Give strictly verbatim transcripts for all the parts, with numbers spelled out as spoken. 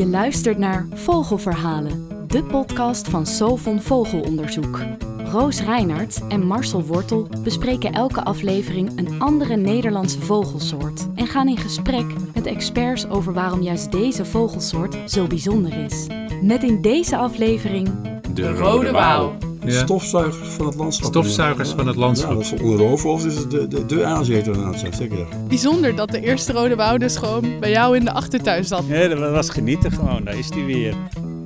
Je luistert naar Vogelverhalen, de podcast van Sovon Vogelonderzoek. Roos Reinaert en Marcel Wortel bespreken elke aflevering een andere Nederlandse vogelsoort en gaan in gesprek met experts over waarom juist deze vogelsoort zo bijzonder is. Met in deze aflevering de rode wouw. Ja. Stofzuigers van het landschap. Stofzuigers van het landschap. Ja, dat is onder de roofvogels is het de, de, de aanzeter aan het zeker. Ja. Bijzonder dat de eerste rode wouw dus gewoon bij jou in de achtertuin zat. Ja, dat was genieten gewoon, daar is die weer.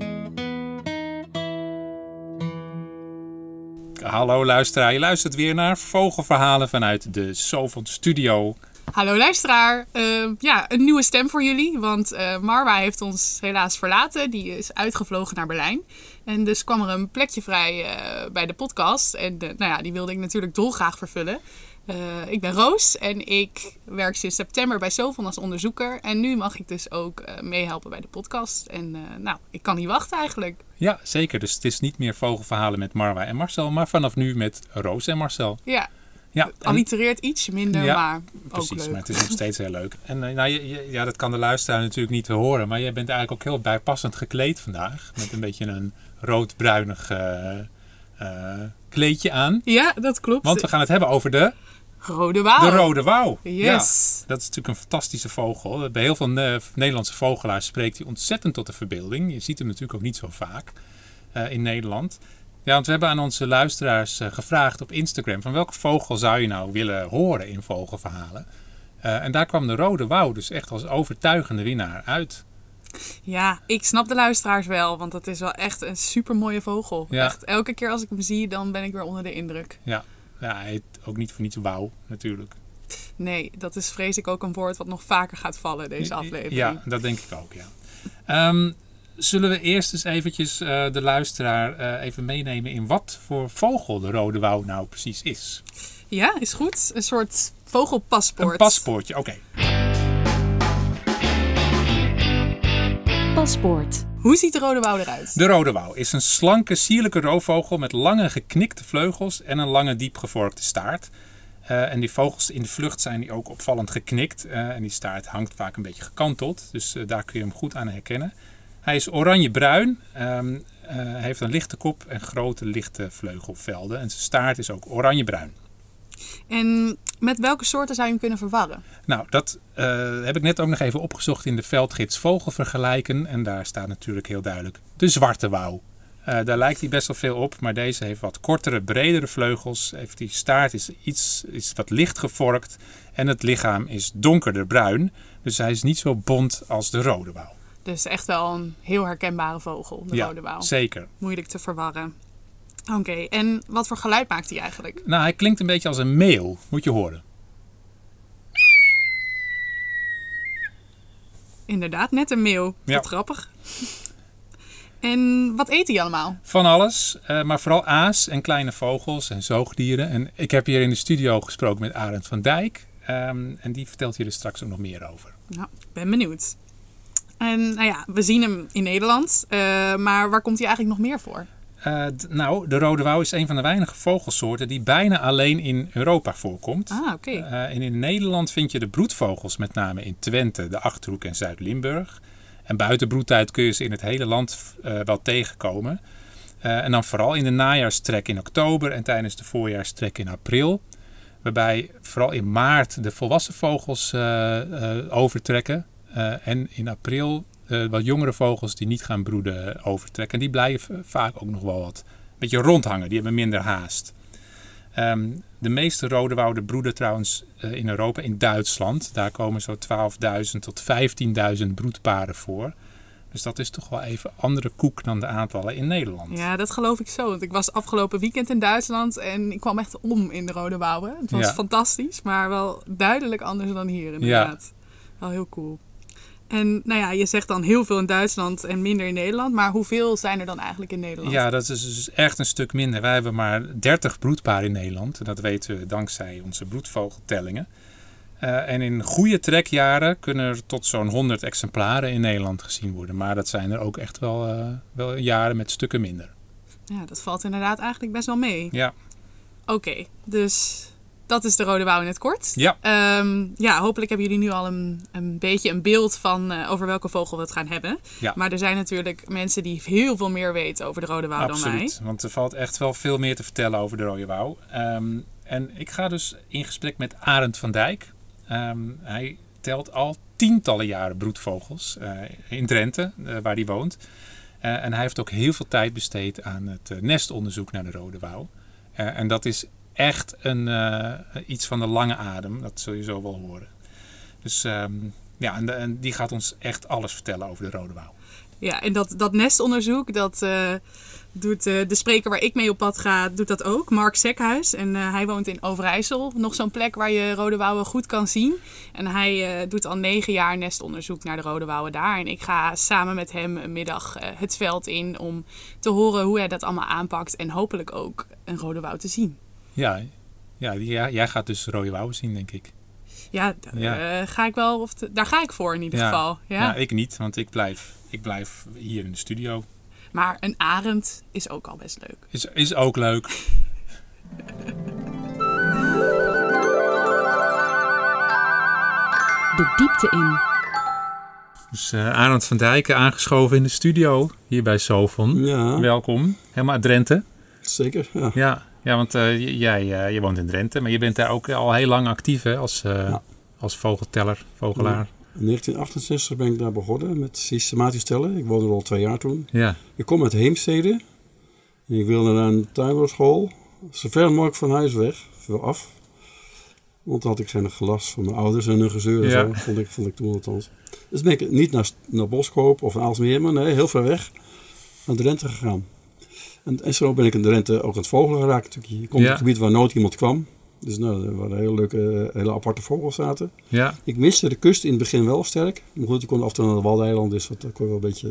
Hallo luisteraar, je luistert weer naar Vogelverhalen vanuit de Sovon Studio. Hallo luisteraar, uh, ja, een nieuwe stem voor jullie, want uh, Marwa heeft ons helaas verlaten. Die is uitgevlogen naar Berlijn. En dus kwam er een plekje vrij uh, bij de podcast. En uh, nou ja, die wilde ik natuurlijk dolgraag vervullen. Uh, ik ben Roos en ik werk sinds september bij Sovon als onderzoeker. En nu mag ik dus ook uh, meehelpen bij de podcast. En uh, nou, ik kan niet wachten eigenlijk. Ja, zeker. Dus het is niet meer Vogelverhalen met Marwa en Marcel, maar vanaf nu met Roos en Marcel. Ja. Ja, het allitereert ietsje minder, ja, maar precies, ook leuk. Maar het is nog steeds heel leuk. En uh, nou, je, je, ja, dat kan de luisteraar natuurlijk niet horen, maar jij bent eigenlijk ook heel bijpassend gekleed vandaag. Met een beetje een rood-bruinig uh, uh, kleedje aan. Ja, dat klopt. Want we gaan het hebben over de... Rode wouw. De rode wouw. Yes. Ja, dat is natuurlijk een fantastische vogel. Bij heel veel ne- Nederlandse vogelaars spreekt hij ontzettend tot de verbeelding. Je ziet hem natuurlijk ook niet zo vaak uh, in Nederland. Ja, want we hebben aan onze luisteraars uh, gevraagd op Instagram van welke vogel zou je nou willen horen in vogelverhalen. Uh, en daar kwam de rode wouw dus echt als overtuigende winnaar uit. Ja, ik snap de luisteraars wel, want het is wel echt een supermooie vogel. Ja. Echt, elke keer als ik hem zie, dan ben ik weer onder de indruk. Ja, ja hij heet ook niet voor niets wauw natuurlijk. Nee, dat is vrees ik ook een woord wat nog vaker gaat vallen deze aflevering. Ja, dat denk ik ook, ja. Um, Zullen we eerst eens eventjes uh, de luisteraar uh, even meenemen in wat voor vogel de rode wouw nou precies is? Ja, is goed. Een soort vogelpaspoort. Een paspoortje, oké. Okay. Paspoort. Hoe ziet de rode wouw eruit? De rode wouw is een slanke, sierlijke roofvogel met lange geknikte vleugels en een lange diepgevorkte staart. Uh, en die vogels in de vlucht zijn die ook opvallend geknikt. Uh, en die staart hangt vaak een beetje gekanteld, dus uh, daar kun je hem goed aan herkennen. Hij is oranje-bruin, um, uh, heeft een lichte kop en grote lichte vleugelvelden. En zijn staart is ook oranje-bruin. En met welke soorten zou je hem kunnen verwarren? Nou, dat uh, heb ik net ook nog even opgezocht in de veldgids Vogelvergelijken. En daar staat natuurlijk heel duidelijk de zwarte wouw. Uh, daar lijkt hij best wel veel op, maar deze heeft wat kortere, bredere vleugels. Heeft die staart is iets is wat licht gevorkt en het lichaam is donkerder bruin. Dus hij is niet zo bont als de rode wouw. Dus echt wel een heel herkenbare vogel, de ja, rode wouw. Zeker. Moeilijk te verwarren. Oké, okay, en wat voor geluid maakt hij eigenlijk? Nou, hij klinkt een beetje als een meeuw. Moet je horen. Inderdaad, net een meeuw. Ja. Wat grappig. En wat eet hij allemaal? Van alles, uh, maar vooral aas en kleine vogels en zoogdieren. En ik heb hier in de studio gesproken met Arend van Dijk. Um, en die vertelt hier er straks ook nog meer over. Nou, ik ben benieuwd. En nou ja, we zien hem in Nederland, uh, maar waar komt hij eigenlijk nog meer voor? Uh, d- nou, de rode wouw is een van de weinige vogelsoorten die bijna alleen in Europa voorkomt. Ah, oké. Okay. Uh, en in Nederland vind je de broedvogels met name in Twente, de Achterhoek en Zuid-Limburg. En buiten broedtijd kun je ze in het hele land uh, wel tegenkomen. Uh, en dan vooral in de najaarstrek in oktober en tijdens de voorjaarstrek in april. Waarbij vooral in maart de volwassen vogels uh, uh, overtrekken. Uh, en in april uh, wat jongere vogels die niet gaan broeden overtrekken. En die blijven vaak ook nog wel wat een beetje rondhangen. Die hebben minder haast. Um, de meeste rode wouden broeden trouwens uh, in Europa in Duitsland. Daar komen zo twaalfduizend tot vijftienduizend broedparen voor. Dus dat is toch wel even andere koek dan de aantallen in Nederland. Ja, dat geloof ik zo. Want ik was afgelopen weekend in Duitsland en ik kwam echt om in de rode wouwen. Het was ja. fantastisch, maar wel duidelijk anders dan hier inderdaad. Ja. Wel heel cool. En nou ja, je zegt dan heel veel in Duitsland en minder in Nederland. Maar hoeveel zijn er dan eigenlijk in Nederland? Ja, dat is dus echt een stuk minder. Wij hebben maar dertig broedparen in Nederland. Dat weten we dankzij onze broedvogeltellingen. Uh, en in goede trekjaren kunnen er tot zo'n honderd exemplaren in Nederland gezien worden. Maar dat zijn er ook echt wel, uh, wel jaren met stukken minder. Ja, dat valt inderdaad eigenlijk best wel mee. Ja. Oké, okay, dus dat is de Rode Wouw in het kort. Ja. Um, ja, hopelijk hebben jullie nu al een, een beetje een beeld van uh, over welke vogel we het gaan hebben. Ja. Maar er zijn natuurlijk mensen die heel veel meer weten over de Rode Wouw dan wij. Absoluut, want er valt echt wel veel meer te vertellen over de Rode Wouw. Um, en ik ga dus in gesprek met Arend van Dijk. Um, hij telt al tientallen jaren broedvogels uh, in Drenthe, uh, waar hij woont. Uh, en hij heeft ook heel veel tijd besteed aan het uh, nestonderzoek naar de Rode Wouw. Uh, en dat is echt een, uh, iets van de lange adem, dat zul je zo wel horen. Dus um, ja, en, en die gaat ons echt alles vertellen over de Rode Wouw. Ja, en dat, dat nestonderzoek, dat uh, doet uh, de spreker waar ik mee op pad ga, doet dat ook. Mark Sekhuis. En uh, hij woont in Overijssel. Nog zo'n plek waar je Rode Wouwen goed kan zien. En hij uh, doet al negen jaar nestonderzoek naar de Rode Wouwen daar. En ik ga samen met hem een middag uh, het veld in om te horen hoe hij dat allemaal aanpakt. En hopelijk ook een Rode Wouw te zien. Ja, ja, ja jij gaat dus Rode Wouwen zien, denk ik. Ja, d- ja. Uh, ga ik wel, of te, daar ga ik voor in ieder ja. geval. Ja. ja, ik niet, want ik blijf, ik blijf hier in de studio. Maar een arend is ook al best leuk. Is, is ook leuk. De diepte in. Dus uh, Arend van Dijk aangeschoven in de studio hier bij Sovon. Ja. Welkom. Helemaal uit Drenthe. Zeker, ja. Ja, ja want uh, jij uh, je woont in Drenthe, maar je bent daar ook al heel lang actief hè, als, uh, ja. als vogelteller, vogelaar. Ja. In negentien achtenzestig ben ik daar begonnen met systematisch tellen. Ik woonde er al twee jaar toen. Ja. Ik kom uit Heemstede. En ik wilde naar een tuinbouwschool. Zo ver mogelijk van huis weg, veel af. Want dan had ik geen gelast van mijn ouders en hun gezeur en ja. zo. Vond ik, vond ik toen althans. Dus ben ik niet naar, naar Boskoop of Aalsmeer, maar nee, heel ver weg. Naar Drenthe gegaan. En, en zo ben ik in Drenthe ook aan het vogelen geraakt. Natuurlijk. Je komt ja. in het gebied waar nooit iemand kwam. Dus nou, er waren hele leuke, hele aparte vogelstaten. Ja. Ik miste de kust in het begin wel sterk. Maar goed, ik kon af en toe naar de Waddeneilanden, dus dat kon je wel een beetje,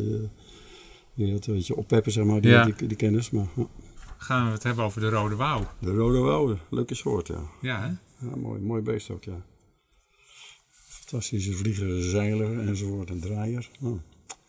uh, een beetje oppeppen, zeg maar, die, ja. die, die, die kennis. Maar, ja. Gaan we het hebben over de Rode Wouw. De Rode Wouw, leuke soort, ja. Ja, hè? Ja, mooi, mooi beest ook, ja. Fantastische vlieger, zeiler enzovoort, een draaier. Oh.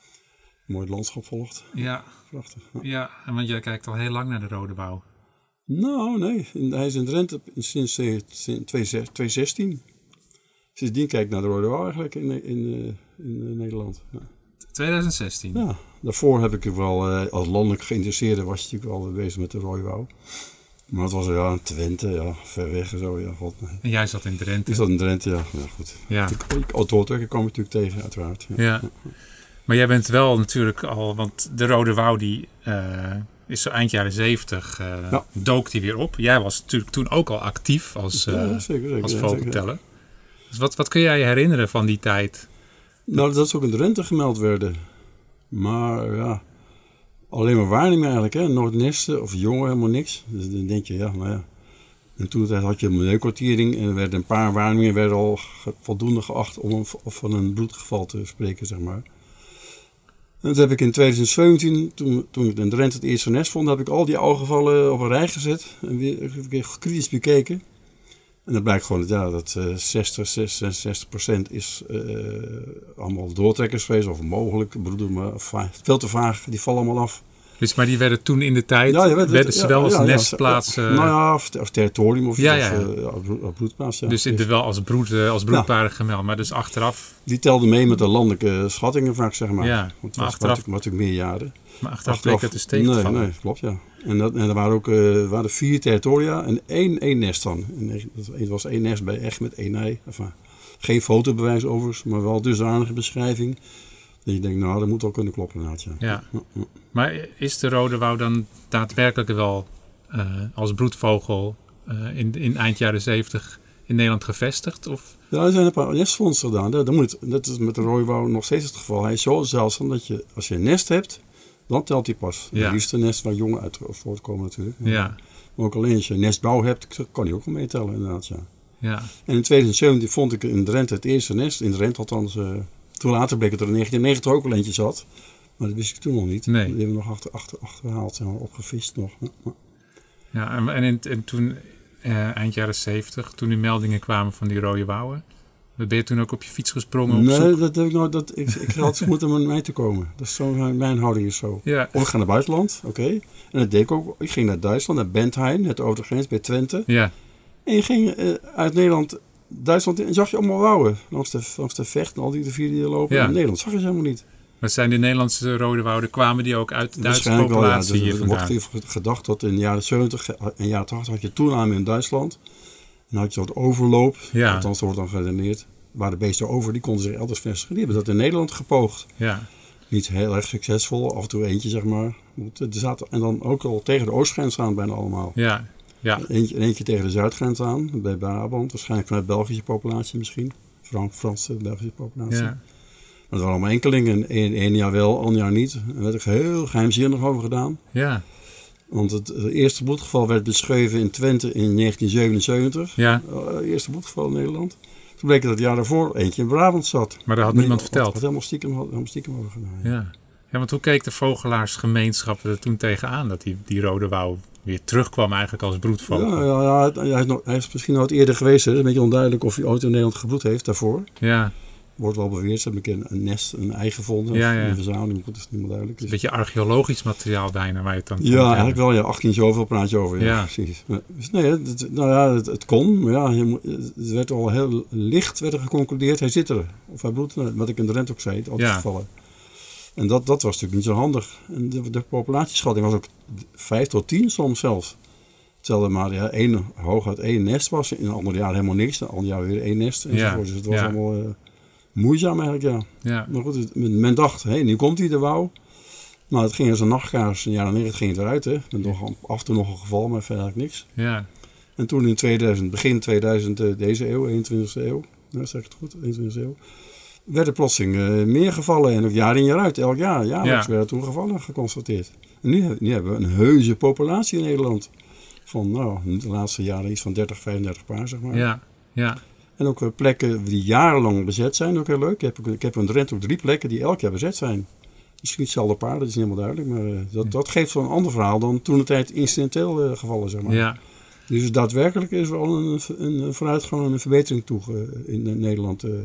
Mooi landschap volgt. Ja. Prachtig. Ja. ja, en want jij kijkt al heel lang naar de Rode Wouw. Nou, nee. Hij is in Drenthe sinds tweeduizend zestien. Sindsdien kijk ik naar de Rode Wouw eigenlijk in, in, in Nederland. Ja. tweeduizend zestien? Ja. Daarvoor heb ik wel, uh, als landelijk geïnteresseerde, was je natuurlijk al bezig met de Rode Wouw. Maar het was ja, in Twente, ja, ver weg en zo. Ja, God, nee. En jij zat in Drenthe? Ik zat in Drenthe, ja. Ja, goed. Ja. Autootrekker kwam ik natuurlijk tegen, uiteraard. Ja. Ja. Maar jij bent wel natuurlijk al, want de Rode Wouw die uh, is zo eind jaren zeventig, uh, ja. dook die weer op. Jij was natuurlijk toen ook al actief als, uh, ja, zeker, zeker, als vogelteller. Ja, dus wat, wat kun jij je herinneren van die tijd? Nou, dat ze ook in Drenthe gemeld werden. Maar ja, alleen maar waarneming eigenlijk, hè. Nooit nesten of jongen, helemaal niks. Dus dan denk je, ja, nou ja. En toen had je een milieukwartiering en er werden een paar waarnemingen werden al voldoende geacht om een, van een bloedgeval te spreken, zeg maar. En dat heb ik in tweeduizend zeventien, toen, toen ik in Drenthe het eerste nest vond, heb ik al die oude gevallen op een rij gezet en weer, weer kritisch bekeken. En dat blijkt gewoon ja, dat uh, zestig, zesenzestig procent is uh, allemaal doortrekkers geweest, of mogelijk, broeder, maar veel te vaag, die vallen allemaal af. Dus, maar die werden toen in de tijd, ja, werd, werden ze ja, wel als ja, nestplaats... Ja, nou ja, of, of territorium of, ja, ja, ja. of, uh, of broedplaats. Ja. Dus in de, wel als, broed, uh, als broedparen ja. gemeld, maar dus achteraf... Die telden mee met de landelijke schattingen vaak, zeg maar. Ja, want het maar was achteraf... natuurlijk meer jaren. Maar achteraf bleek het dus tegen te nee, vallen. Nee, klopt, ja. En, dat, en er waren ook uh, waren vier territoria en één, één nest dan. En het was één nest bij echt met één ei. Enfin, geen fotobewijs overigens, maar wel dusdanige beschrijving. Dat je denkt, nou, dat moet wel kunnen kloppen inderdaad, ja. Ja. Ja. Maar is de Rode Wouw dan daadwerkelijk wel uh, als broedvogel uh, in, in eind jaren zeventig in Nederland gevestigd? Of? Ja, er zijn een paar nestvondsten gedaan. Dat, moet, dat is met de Rode Wouw nog steeds het geval. Hij is zo zeldzaam dat je, als je een nest hebt, dan telt hij pas. Ja. Het liefst een nest waar jongen uit voortkomen natuurlijk. Ja. Ja. Maar ook alleen als je een nestbouw hebt, kan hij ook wel meetellen inderdaad, ja. Ja. En in tweeduizend zeventien vond ik in Drenthe het eerste nest. In Drenthe althans... Uh, Toen later bleek het er in negentien negentig ook wel eentje zat. Maar dat wist ik toen nog niet. Nee. Die hebben we nog achter, achter, achterhaald, zeg maar, opgevist nog. Ja, ja en, en, in, en toen, uh, eind jaren zeventig, toen die meldingen kwamen van die Rode Wouwen, ben je toen ook op je fiets gesprongen op nee, zoek? dat heb ik nou, dat, ik, ik had moeten met mij te komen. Dat is zo, mijn houding is zo. Ja. Of ik ga naar buitenland, oké. Okay. En dat deed ik ook. Ik ging naar Duitsland, naar Bentheim, net over de grens bij Twente. Ja. En je ging uh, uit Nederland, Duitsland in en zag je allemaal wouden. Langs de, langs de Vecht en al die rivieren die lopen. Ja. In Nederland zag je ze helemaal niet. Maar zijn de Nederlandse rode wouden, kwamen die ook uit de Duitse Waarschijnlijk wel, ja. populatie Dus hier er vandaan? wordt even gedacht dat in de jaren zeventig en jaren tachtig had je toename in Duitsland. En dan had je wat overloop, Ja. althans dat wordt dan geredeneerd. Waar de beesten over, die konden zich elders vestigen. Die hebben dat in Nederland gepoogd. Ja, Niet heel erg succesvol, af en toe eentje zeg maar. Er zaten, en dan ook al tegen de oostgrens aan bijna allemaal. ja, ja. Eentje, eentje tegen de zuidgrens aan, bij Brabant. Waarschijnlijk vanuit de Belgische populatie misschien. Frans, Franse, Belgische populatie. ja. Maar dat waren allemaal enkelingen. Eén één jaar wel, ander jaar niet. En daar werd er heel geheimzinnig over gedaan. ja. Want het, het eerste bloedgeval werd beschreven in Twente in negentien zevenenzeventig. ja. Het eerste bloedgeval in Nederland. Toen bleek dat het jaar daarvoor eentje in Brabant zat. Maar dat had Nee, niemand wat- verteld. Wat helemaal stiekem, had- helemaal stiekem over gedaan. Ja. Ja. Ja, want hoe keek de vogelaarsgemeenschap er toen tegenaan dat die, die rode wouw weer terugkwam eigenlijk als broedvogel? Ja, ja, ja, het- hij, is nog, hij is misschien nog wat eerder geweest. Hè. Het is een beetje onduidelijk of hij ooit in Nederland gebroed heeft daarvoor. Ja, Wordt wel beweerd. Ze hebben een keer een nest, een ei gevonden. Ja, of ja. een verzameling, dat is niet meer duidelijk. een Dus- beetje archeologisch materiaal bijna waar je het dan ja, eigenlijk wel. Ja, achttien zoveel praat je over. Ja, Ja. precies. Maar, dus nee, het, nou ja, het, het kon. Maar ja, je, moet- het werd al heel licht werd er geconcludeerd. Hij zit er. Of hij bloedt. Wat ik in de rent ook zei. Het altijd Ja. gevallen. En dat, dat was natuurlijk niet zo handig. En de, de populatieschatting was ook vijf tot tien soms zelfs. Terwijl er maar ja, één, hooguit één nest was. In een ander jaar helemaal niks. In een ander jaar weer één nest. Enzovoort. Ja. Dus het was Ja. allemaal uh, moeizaam eigenlijk, ja. Ja, Maar goed, het- men, men dacht, hé, nu komt hij, de wouw. Maar het ging als een nachtkaars. In de jaren negentig ging het eruit, hè. En nog, af en toe nog een geval, maar verder eigenlijk niks. ja, En toen in tweeduizend, begin tweeduizend, eh, deze eeuw, eenentwintigste eeuw, nou zeg ik het goed, eenentwintigste eeuw, werden plotseling eh, meer gevallen. En ook jaar in jaar uit, elk jaar, jaarlijks Ja. werden toen gevallen geconstateerd. En nu, nu hebben we een heuse populatie in Nederland. Van, nou, de laatste jaren iets van dertig, vijfendertig paar, zeg maar. ja, ja, En ook eh, plekken die jarenlang bezet zijn, ook heel leuk. Ik heb, ook- ik heb in Drenthe ook drie plekken die elk jaar bezet zijn. Misschien hetzelfde paar, dat is niet helemaal duidelijk. Maar eh, dat, dat geeft zo'n ander verhaal dan toen de tijd incidenteel eh, gevallen, zeg maar. ja. Dus daadwerkelijk is er al een, een vooruitgang en een verbetering toe eh, in eh, Nederland eh,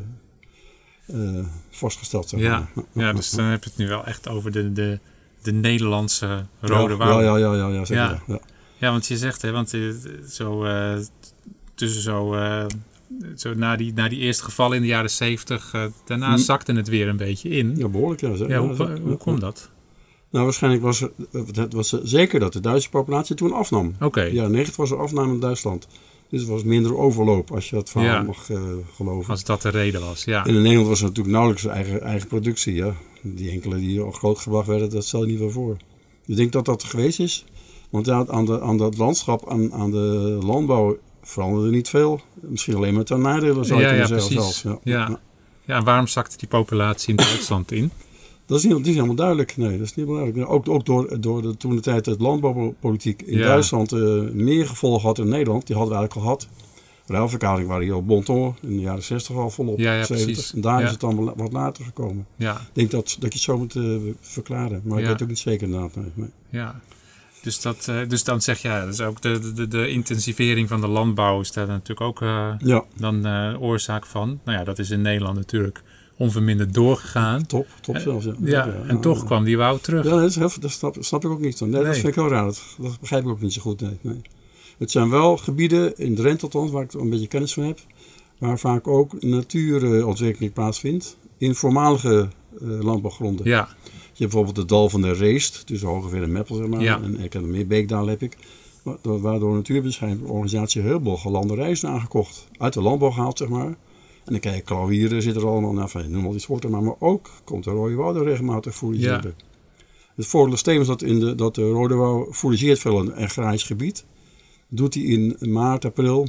eh, vastgesteld. Zeg Ja, maar. ja, dus dan heb je het nu wel echt over de, de, de Nederlandse rode ja, wouw. Ja, ja, ja, ja, ja, zeker, Ja. ja. Ja. Ja, want je zegt, hè, want eh, zo eh, tussen zo, eh, zo na, die, na die eerste gevallen in de jaren zeventig, eh, daarna Hm. zakte het weer een beetje in. Ja, behoorlijk. Ja, Ja, ja, hoe, ja, hoe komt dat? Nou, waarschijnlijk was er, het was zeker dat de Duitse populatie toen afnam. Oké, In de jaren negentig was er afname in Duitsland. Dus er was minder overloop, als je dat verhaal Ja. mag uh, geloven. als dat de reden was, ja. En in Nederland was er natuurlijk nauwelijks eigen, eigen productie. Ja. Die enkele die al grootgebracht werden, dat stel je niet wel voor. Ik denk dat dat geweest is. Want ja, aan, de, aan dat landschap, aan, aan de landbouw veranderde niet veel. Misschien alleen maar ten nadele, zou je Ja, ja, kunnen zeggen precies. zelfs. Ja. Ja. Ja. Ja, en waarom zakte die populatie in Duitsland in? Dat is niet, dat is niet helemaal duidelijk. Nee, dat is niet helemaal duidelijk. Ook, ook door, door de, toen de tijd het landbouwpolitiek in Ja. Duitsland uh, meer gevolgen had in Nederland. Die hadden we eigenlijk al gehad. Ruilverkaling waren hier al bon ton in de jaren zestig al volop. Ja, ja, zeventig. precies. En daar Ja. is het dan wat later gekomen. Ja, Ik denk dat, dat je het zo moet uh, verklaren. Maar ik Ja. weet het ook niet zeker inderdaad. Nee, nee. ja. Dus, dat, eh, dus dan zeg je, ja, dus ook de, de, de intensivering van de landbouw is daar natuurlijk ook eh, Ja, dan eh, oorzaak van. Nou ja, dat is in Nederland natuurlijk onverminderd doorgegaan. top. Top zelfs. Ja, Ja, ja, en toch ja. kwam die wouw terug. Ja, dat, is heel, dat snap, snap ik ook niet. Nee, Nee. Dat vind ik heel raar. Dat, dat begrijp ik ook niet zo goed. Nee, nee. Het zijn wel gebieden, in Drenthe althans, waar ik een beetje kennis van heb, waar vaak ook natuurontwikkeling plaatsvindt in voormalige uh, landbouwgronden. Ja, Je hebt bijvoorbeeld het dal van de Reest, tussen Hogeveen en Meppel, zeg maar. Ja. En ik heb meer Beekdalen heb ik. Waardoor, waardoor een natuurbeschermingsorganisatie heel veel gelanderijen is aangekocht. Uit de landbouw gehaald, zeg maar. En dan krijg je klauwieren, zit er allemaal, nou, enfin, noem al die soorten maar. Maar ook komt de rode wouw er regelmatig fourageren. Ja. Het voordeel is tevens dat, in de, dat de rode wouw fourageert veel een agrarisch gebied. Doet hij in maart, april,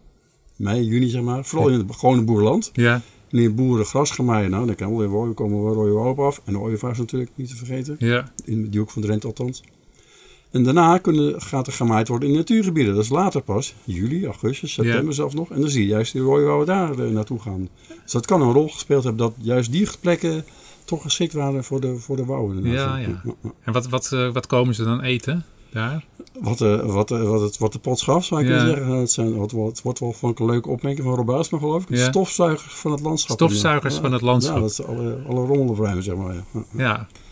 mei, juni, zeg maar. Vooral in het gewone boerenland. ja, Wanneer boeren gras gaan maaien, nou, dan kan wel weer komen we rode wouw op af. En de ooievaars natuurlijk, niet te vergeten. ja, In die hoek van Drenthe althans. En daarna kunnen, gaat er gemaaid worden in natuurgebieden. Dat is later pas. Juli, augustus, september Ja. zelfs nog. En dan zie je juist die rode wouwen daar uh, naartoe gaan. Dus dat kan een rol gespeeld hebben dat juist die plekken toch geschikt waren voor de, voor de wouwen. ja, ja. En wat, wat, eh, wat komen ze dan eten daar? Wat, uh, wat, uh, wat, het, wat de pot gaf, zou ik Ja. kunnen zeggen. Het, zijn, wat, wat, het wordt wel van een leuke opmerking van Rob Buisma, geloof ik. Ja. Stofzuigers van het landschap. Stofzuigers Ja. van het landschap. Ja, dat is alle, alle rommel opruimen, zeg maar. Ja. Ja. Ja,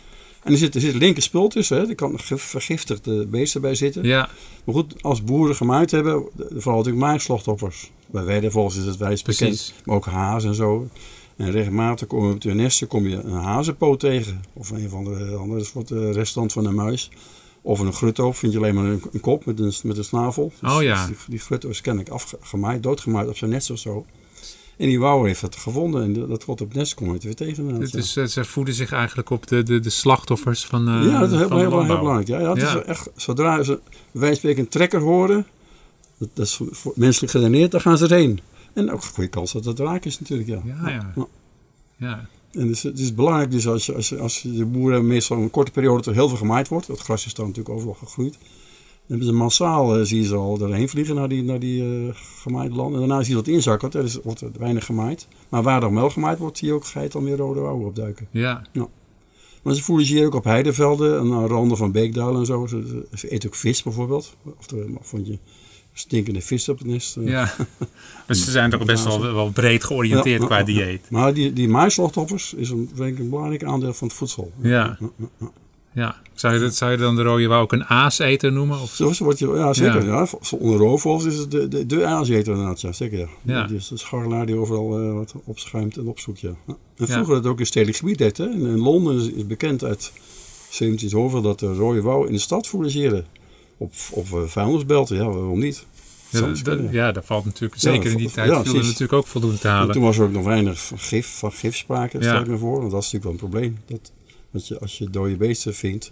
En er zit, er zit linker spul tussen. Hè. Er kan vergiftigde beesten bij zitten. Ja. Maar goed, als boeren gemaaid hebben, vooral natuurlijk maaislachtoffers. Bij weidevols is het wijs bekend. Maar ook hazen en zo. En regelmatig kom je op de nesten kom je een hazenpoot tegen. Of een van de andere soort restant van een muis. Of een grutto vind je alleen maar een, een kop met een, met een snavel. Dus, oh ja. Dus die, die grutto is kennelijk afgemaaid, doodgemaaid op zijn nest of zo. En die wouwer heeft dat gevonden en dat wordt op het nest komt weer tegen. Het is, ze voeden zich eigenlijk op de, de, de slachtoffers van uh, ja, dat is heel, van heel, de heel, heel belangrijk. Ja, ja, het ja. Is echt, zodra ze wij spreken een trekker horen, dat, dat is voor menselijk geredeneerd, dan gaan ze erheen. En ook een goede kans dat het raak is natuurlijk. Ja, ja. ja. ja. ja. En dus, het is belangrijk dus als, je, als, je, als de boeren meestal een korte periode er heel veel gemaaid wordt. Het gras is dan natuurlijk overal gegroeid. Dan hebben ze massaal, uh, zie je ze al erheen vliegen naar die, naar die uh, gemaaide landen. En daarna zie je dat inzakken, er is, wordt er weinig gemaaid. Maar waar dan wel gemaaid wordt, zie je ook geit dan weer rode wouwen opduiken. Ja. ja. Maar ze voelen zich hier ook op heidevelden en aan randen van beekduilen en zo. Ze, ze eten ook vis bijvoorbeeld. Of er vond je stinkende vis op het nest. Uh. Ja, dus ze zijn toch best wel, wel breed georiënteerd ja, qua ja, dieet. Ja. Maar die, die maaislachtoffers is een, denk ik, een belangrijk aandeel van het voedsel. Ja. ja, ja, ja. ja. Zou, je dat, zou je dan de rode wouw ook een aaseter noemen? Of? Zo wordt je, ja, zeker. Ja. Ja. Onder roofvogels is het de, de, de aaseter inderdaad. Ja, zeker. Ja. Ja. Die is de scharrelaar die overal uh, wat opschuimt en opzoekt. Ja. Ja. En vroeger ja. het ook in stedelijk gebied deed. Hè. In, in Londen is, is bekend uit zeventien zoveel dat de rode wouw in de stad fourageren. Op, op uh, vuilnisbelten. Ja, waarom niet? Ja, dat, ja, daar valt natuurlijk, zeker ja, in die tijd, ja, viel er natuurlijk ook voldoende te halen. En toen was er ook nog weinig van gif, van gif sprake, stel ik me voor. Want dat is natuurlijk wel een probleem. Dat, dat je, als je dode beesten vindt,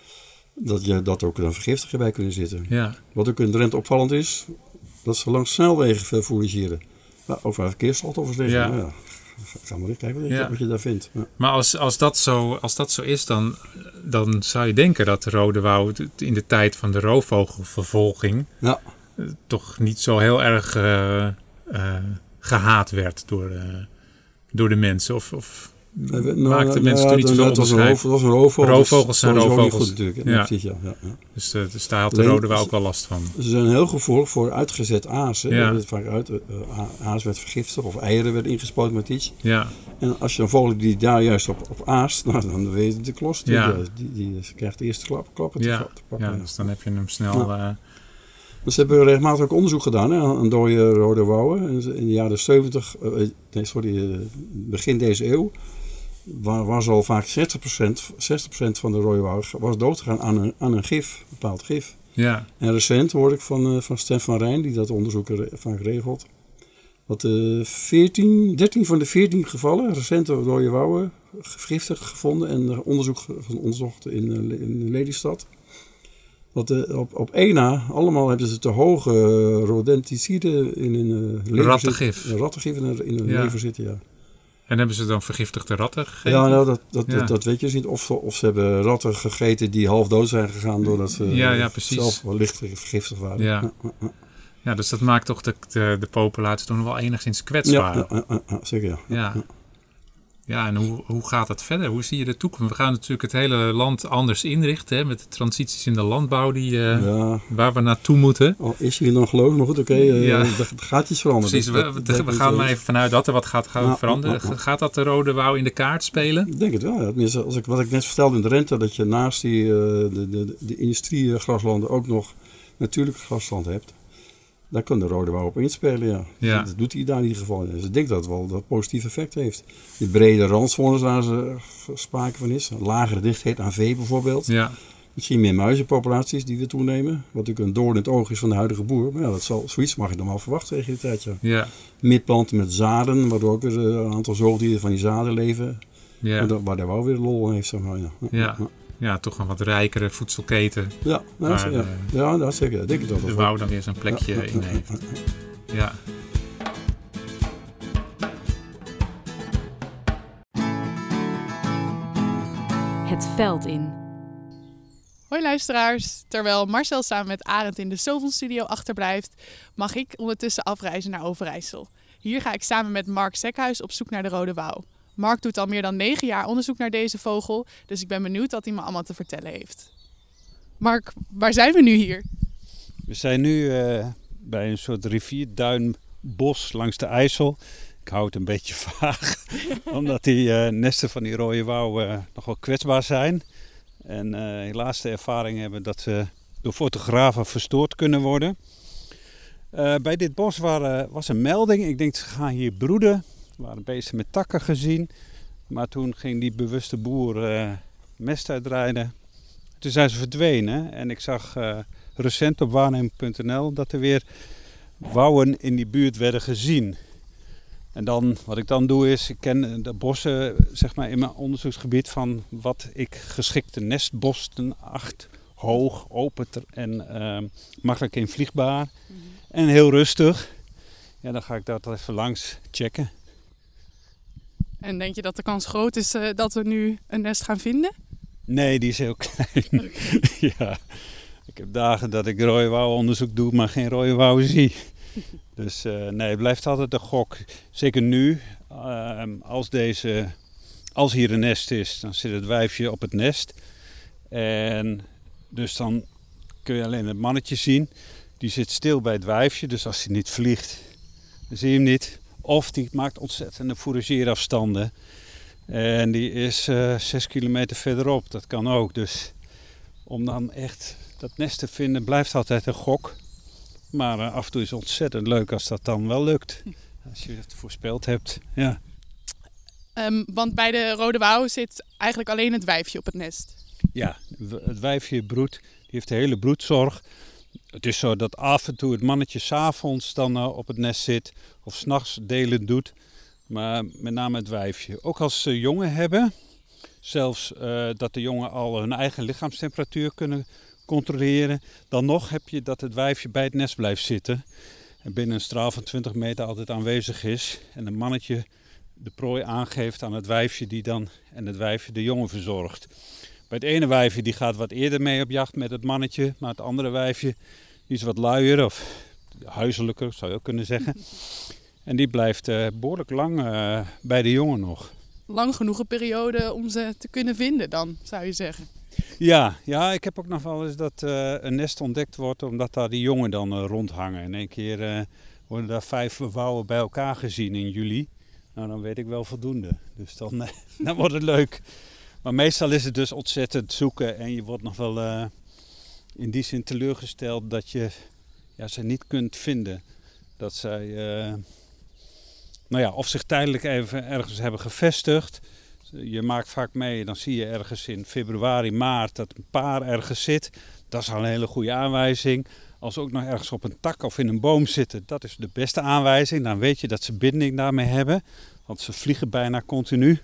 dat je dat ook een vergiftiger bij kunnen zitten. Ja. Wat ook in Drenthe opvallend is, dat ze langs snelwegen veel fourageren. Nou, over verkeersslachtoffers liggen. Ja. Nou ja, ga maar eens kijken wat je, ja. wat je daar vindt. Ja. Maar als, als, dat zo, als dat zo is, dan, dan zou je denken dat de rode wouw in de tijd van de roofvogelvervolging ja. toch niet zo heel erg uh, uh, gehaat werd door, uh, door de mensen. Of, of nou, maakten nou, mensen ja, toen niet zoveel onderscheid. Het was een roofvogel. Roofvogels zijn roofvogels. Goed, natuurlijk. Ja. Ja, precies, ja, ja, ja. Dus, uh, dus daar had de rode wouw ook wel last van. Ze zijn heel gevoelig voor uitgezet aas. Hè. Ja. Vaak uit, uh, aas werd vergiftigd of eieren werden ingespoten met iets. Ja. En als je een vogel die daar juist op, op aast, nou, dan weet je de klos. Ja. Die, die, die krijgt de eerste klap, klappen ja. te, te pakken. Ja, dus dan heb je hem snel... Ja. Uh, Dus ze hebben regelmatig ook onderzoek gedaan hè, aan dode rode wouwen. In de jaren zeventig, uh, nee, sorry, uh, begin deze eeuw, waar, was al vaak zestig procent, zestig procent van de rode wouwen was doodgegaan aan een, aan een gif, een bepaald gif. Ja. En recent hoorde ik van, uh, van Stef van Rijn, die dat onderzoek vaak regelt, dat uh, veertien, dertien van de veertien gevallen, recente rode wouwen, vergiftigd gevonden en onderzoek onderzocht in, uh, in Lelystad. Dat de, op, op één na, allemaal hebben ze te hoge uh, rodenticiden in hun uh, lever rattengif. zitten. Rattengif in hun, in hun ja. lever zitten, ja. En hebben ze dan vergiftigde ratten gegeten? Ja, nou, dat, dat, ja. dat, dat weet je dus niet. Of, of ze hebben ratten gegeten die half dood zijn gegaan doordat ze ja, ja, zelf wel licht vergiftigd waren. Ja. Ja, ja, ja. ja, dus dat maakt toch de, de, de populatie toen wel enigszins kwetsbaar. Ja, ja, ja, ja zeker. Ja. Ja. Ja. Ja, en hoe, hoe gaat dat verder? Hoe zie je de toekomst? We gaan natuurlijk het hele land anders inrichten, hè, met de transities in de landbouw die, uh, ja. waar we naartoe moeten. Al is hier dan geloof, maar goed, oké, okay, uh, ja. er gaat iets veranderen. Precies, we, we, we, we gaan maar even vanuit dat er wat gaat, gaat ja, veranderen. Ja, ja. Gaat dat de rode wouw in de kaart spelen? Ik denk het wel. Ja. Tenminste, als ik, wat ik net vertelde in Drenthe, dat je naast die, uh, de, de, de industriegraslanden ook nog natuurlijke grasland hebt. Daar kan de rode wouw op inspelen, ja. ja. Dat doet hij daar in ieder geval. Dus ik denk dat het wel dat positief effect heeft. Die brede randzones waar ze sprake van is. Lagere dichtheid aan vee bijvoorbeeld. Ja. Misschien meer muizenpopulaties die weer toenemen. Wat natuurlijk een doorn in het oog is van de huidige boer. Maar ja, dat zal, zoiets mag je normaal verwachten tegen die tijd, ja. ja. Midplanten met zaden, waardoor ook weer een aantal zoogdieren van die zaden leven. Ja. Waar, waar daar wel weer lol in heeft, zeg maar. Ja. Ja. Ja. Ja, toch een wat rijkere voedselketen. Ja, nou, waar, ja. ja dat zeker. Denk ik dat de wouw dan weer zijn plekje ja, in heeft. Ja. Het veld in. Hoi luisteraars. Terwijl Marcel samen met Arend in de Sovon-studio achterblijft, mag ik ondertussen afreizen naar Overijssel. Hier ga ik samen met Mark Sekhuis op zoek naar de rode wouw. Mark doet al meer dan negen jaar onderzoek naar deze vogel, dus ik ben benieuwd wat hij me allemaal te vertellen heeft. Mark, waar zijn we nu hier? We zijn nu uh, bij een soort rivierduinbos langs de IJssel. Ik hou het een beetje vaag, omdat die uh, nesten van die rode wouw uh, nogal kwetsbaar zijn. En uh, helaas de ervaring hebben dat ze door fotografen verstoord kunnen worden. Uh, bij dit bos waren, was een melding. Ik denk, ze gaan hier broeden. Er waren beesten met takken gezien. Maar toen ging die bewuste boer uh, mest uitrijden. Toen zijn ze verdwenen. En ik zag uh, recent op waarneming punt n l dat er weer wouwen in die buurt werden gezien. En dan, wat ik dan doe is, ik ken de bossen zeg maar, in mijn onderzoeksgebied van wat ik geschikte nestbosten acht. Hoog, open en uh, makkelijk invliegbaar. Mm-hmm. En heel rustig. Ja, dan ga ik dat even langs checken. En denk je dat de kans groot is uh, dat we nu een nest gaan vinden? Nee, die is heel klein. Okay. Ja, ik heb dagen dat ik rode wouw onderzoek doe, maar geen rode wouw zie. Dus uh, nee, het blijft altijd een gok. Zeker nu, uh, als, deze, als hier een nest is, dan zit het wijfje op het nest. En dus dan kun je alleen het mannetje zien. Die zit stil bij het wijfje, dus als hij niet vliegt, dan zie je hem niet. Of die maakt ontzettende fourageerafstanden. En die is uh, zes kilometer verderop, dat kan ook. Dus om dan echt dat nest te vinden, blijft altijd een gok. Maar uh, af en toe is het ontzettend leuk als dat dan wel lukt. Als je het voorspeld hebt, ja. Um, want bij de rode wouw zit eigenlijk alleen het wijfje op het nest. Ja, het wijfje broedt, die heeft de hele broedzorg. Het is zo dat af en toe het mannetje 's avonds dan uh, op het nest zit of 's nachts delen doet. Maar met name het wijfje. Ook als ze jongen hebben, zelfs uh, dat de jongen al hun eigen lichaamstemperatuur kunnen controleren. Dan nog heb je dat het wijfje bij het nest blijft zitten. En binnen een straal van twintig meter altijd aanwezig is. En een mannetje de prooi aangeeft aan het wijfje die dan en het wijfje de jongen verzorgt. Bij het ene wijfje die gaat wat eerder mee op jacht met het mannetje. Maar het andere wijfje die is wat luier of huiselijker zou je ook kunnen zeggen. En die blijft uh, behoorlijk lang uh, bij de jongen nog. Lang genoeg een periode om ze te kunnen vinden dan, zou je zeggen. Ja, ja, ik heb ook nog wel eens dat uh, een nest ontdekt wordt omdat daar die jongen dan uh, rondhangen. In één keer uh, worden daar vijf wouwen bij elkaar gezien in juli. Nou, dan weet ik wel voldoende. Dus dan, uh, dan wordt het leuk. Maar meestal is het dus ontzettend zoeken en je wordt nog wel uh, in die zin teleurgesteld dat je ja, ze niet kunt vinden. Dat zij, uh, nou ja, of zich tijdelijk even ergens hebben gevestigd. Je maakt vaak mee, dan zie je ergens in februari, maart dat een paar ergens zit. Dat is al een hele goede aanwijzing. Als ze ook nog ergens op een tak of in een boom zitten, dat is de beste aanwijzing. Dan weet je dat ze binding daarmee hebben, want ze vliegen bijna continu.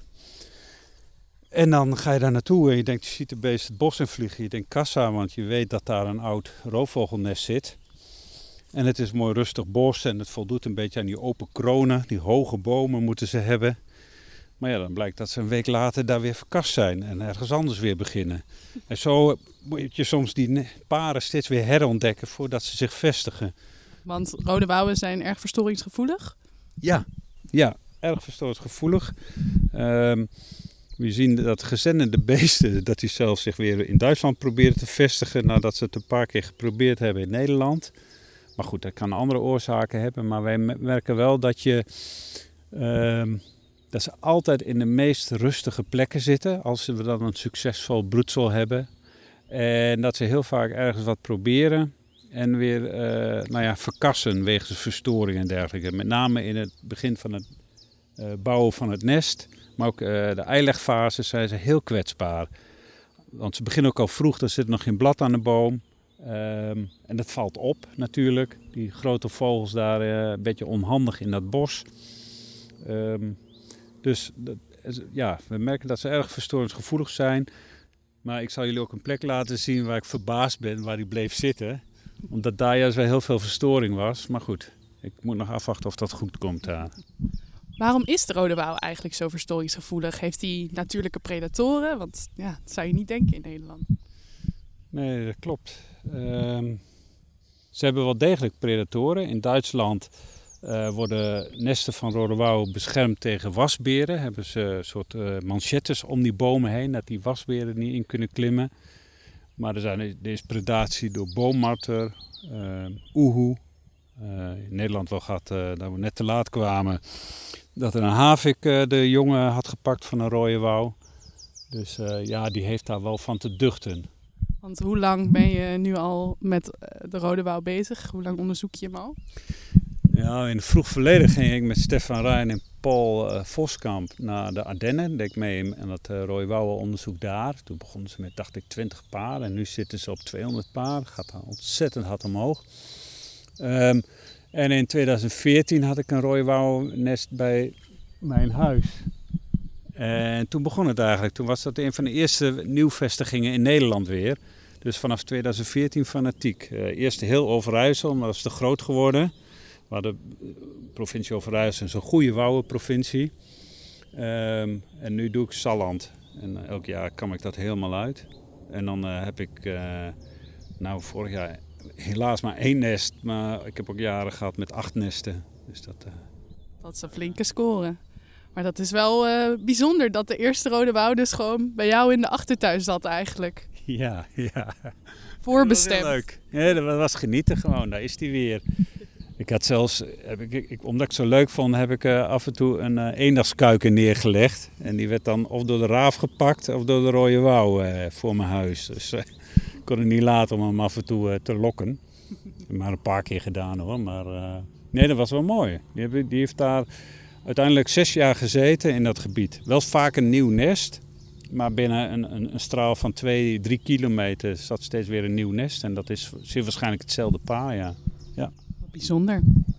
En dan ga je daar naartoe en je denkt, je ziet de beest het bos in vliegen. Je denkt kassa, want je weet dat daar een oud roofvogelnest zit. En het is mooi rustig bos en het voldoet een beetje aan die open kronen. Die hoge bomen moeten ze hebben. Maar ja, dan blijkt dat ze een week later daar weer verkast zijn en ergens anders weer beginnen. En zo moet je soms die paren steeds weer herontdekken voordat ze zich vestigen. Want rode wouwen zijn erg verstoringsgevoelig? Ja, ja, erg verstoringsgevoelig. Um, we zien dat gezendende beesten, dat die zelfs zich weer in Duitsland proberen te vestigen nadat ze het een paar keer geprobeerd hebben in Nederland. Maar goed, dat kan andere oorzaken hebben. Maar wij merken wel dat je... Um, dat ze altijd in de meest rustige plekken zitten als we dan een succesvol broedsel hebben. En dat ze heel vaak ergens wat proberen en weer uh, nou ja, verkassen wegens verstoring en dergelijke. Met name in het begin van het uh, bouwen van het nest, maar ook uh, de eilegfase zijn ze heel kwetsbaar. Want ze beginnen ook al vroeg, er zit nog geen blad aan de boom. Um, en dat valt op natuurlijk. Die grote vogels daar uh, een beetje onhandig in dat bos. Um, Dus ja, we merken dat ze erg verstoringsgevoelig zijn. Maar ik zal jullie ook een plek laten zien waar ik verbaasd ben waar die bleef zitten. Omdat daar juist wel heel veel verstoring was. Maar goed, ik moet nog afwachten of dat goed komt daar. Waarom is de rode wouw eigenlijk zo verstoringsgevoelig? Heeft hij natuurlijke predatoren? Want ja, dat zou je niet denken in Nederland. Nee, dat klopt. Um, ze hebben wel degelijk predatoren. In Duitsland... Uh, worden nesten van rode wouw beschermd tegen wasberen. Hebben ze een soort uh, manchettes om die bomen heen, dat die wasberen niet in kunnen klimmen. Maar er, zijn, er is predatie door boommarter, uh, oehoe. Uh, in Nederland wel gehad uh, dat we net te laat kwamen. Dat er een havik uh, de jongen had gepakt van een rode wouw. Dus uh, ja, die heeft daar wel van te duchten. Want hoe lang ben je nu al met de Rode Wouw bezig? Hoe lang onderzoek je hem al? Ja, in het vroeg verleden ging ik met Stefan Rijn en Paul uh, Voskamp naar de Ardennen. Deed ik mee aan het uh, Rode Wouw onderzoek daar. Toen begonnen ze met, dacht ik, twintig paar. En nu zitten ze op tweehonderd paar. Gaat ontzettend hard omhoog. Um, en in twintig veertien had ik een Rode Wouw-nest bij mijn huis. En toen begon het eigenlijk. Toen was dat een van de eerste nieuwvestigingen in Nederland weer. Dus vanaf twintig veertien fanatiek. Uh, eerst heel Overijssel, maar dat is te groot geworden. We hadden provincie Overijssel, zo'n goede wouwenprovincie. Um, en nu doe ik Salland. En uh, elk jaar kam ik dat helemaal uit. En dan uh, heb ik, uh, nou vorig jaar helaas maar één nest. Maar ik heb ook jaren gehad met acht nesten. Dus dat, uh... dat is een flinke score. Maar dat is wel uh, bijzonder dat de eerste Rode Wouw dus gewoon bij jou in de achtertuin zat eigenlijk. Ja, ja. Voorbestemd. Dat was leuk. Ja, dat was genieten gewoon, daar is die weer. Ik had zelfs, heb ik, ik, omdat ik het zo leuk vond, heb ik uh, af en toe een uh, eendagskuiken neergelegd. En die werd dan of door de raaf gepakt of door de Rode Wouw uh, voor mijn huis. Dus uh, ik kon het niet laten om hem af en toe uh, te lokken. Maar een paar keer gedaan hoor. Maar uh, nee, dat was wel mooi. Die, heb, die heeft daar uiteindelijk zes jaar gezeten in dat gebied. Wel vaak een nieuw nest. Maar binnen een, een, een straal van twee, drie kilometer zat steeds weer een nieuw nest. En dat is zeer waarschijnlijk hetzelfde paar, ja. Ja. Bijzonder.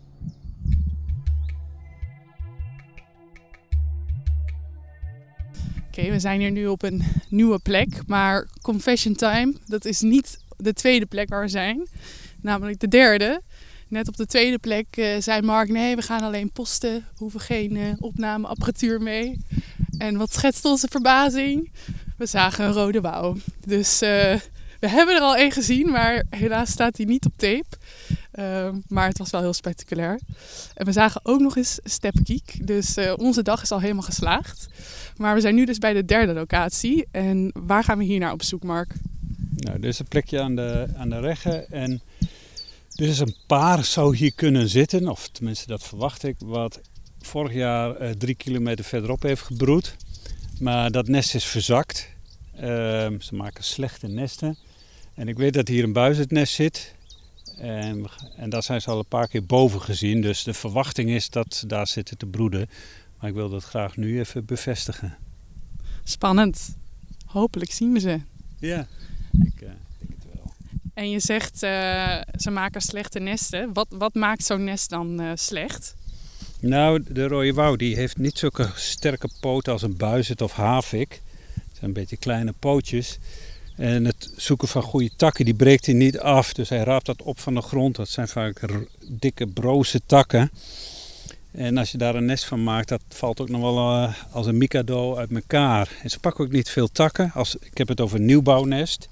Oké, okay, we zijn hier nu op een nieuwe plek. Maar confession time, dat is niet de tweede plek waar we zijn. Namelijk de derde. Net op de tweede plek uh, zei Mark, nee, we gaan alleen posten. We hoeven geen uh, opnameapparatuur mee. En wat schetst onze verbazing? We zagen een Rode Wouw. Dus uh, we hebben er al één gezien, maar helaas staat hij niet op tape. Uh, maar het was wel heel spectaculair. En we zagen ook nog eens stepkiek. Dus uh, onze dag is al helemaal geslaagd. Maar we zijn nu dus bij de derde locatie. En waar gaan we hier naar op zoek, Mark? Nou, dit is een plekje aan de, aan de Regge. En dit is een paar zou hier kunnen zitten. Of tenminste, dat verwacht ik. Wat vorig jaar uh, drie kilometer verderop heeft gebroed. Maar dat nest is verzakt. Uh, ze maken slechte nesten. En ik weet dat hier een buizerdnest zit. En, en daar zijn ze al een paar keer boven gezien. Dus de verwachting is dat ze daar zitten te broeden. Maar ik wil dat graag nu even bevestigen. Spannend. Hopelijk zien we ze. Ja, ik uh, denk het wel. En je zegt, uh, ze maken slechte nesten. Wat, wat maakt zo'n nest dan uh, slecht? Nou, de Rode Wouw die heeft niet zulke sterke poten als een buizerd of havik. Het zijn een beetje kleine pootjes. En het zoeken van goede takken, die breekt hij niet af. Dus hij raapt dat op van de grond. Dat zijn vaak r- dikke, broze takken. En als je daar een nest van maakt, dat valt ook nog wel uh, als een mikado uit elkaar. En ze pakken ook niet veel takken. Als, ik heb het over een nieuwbouwnest.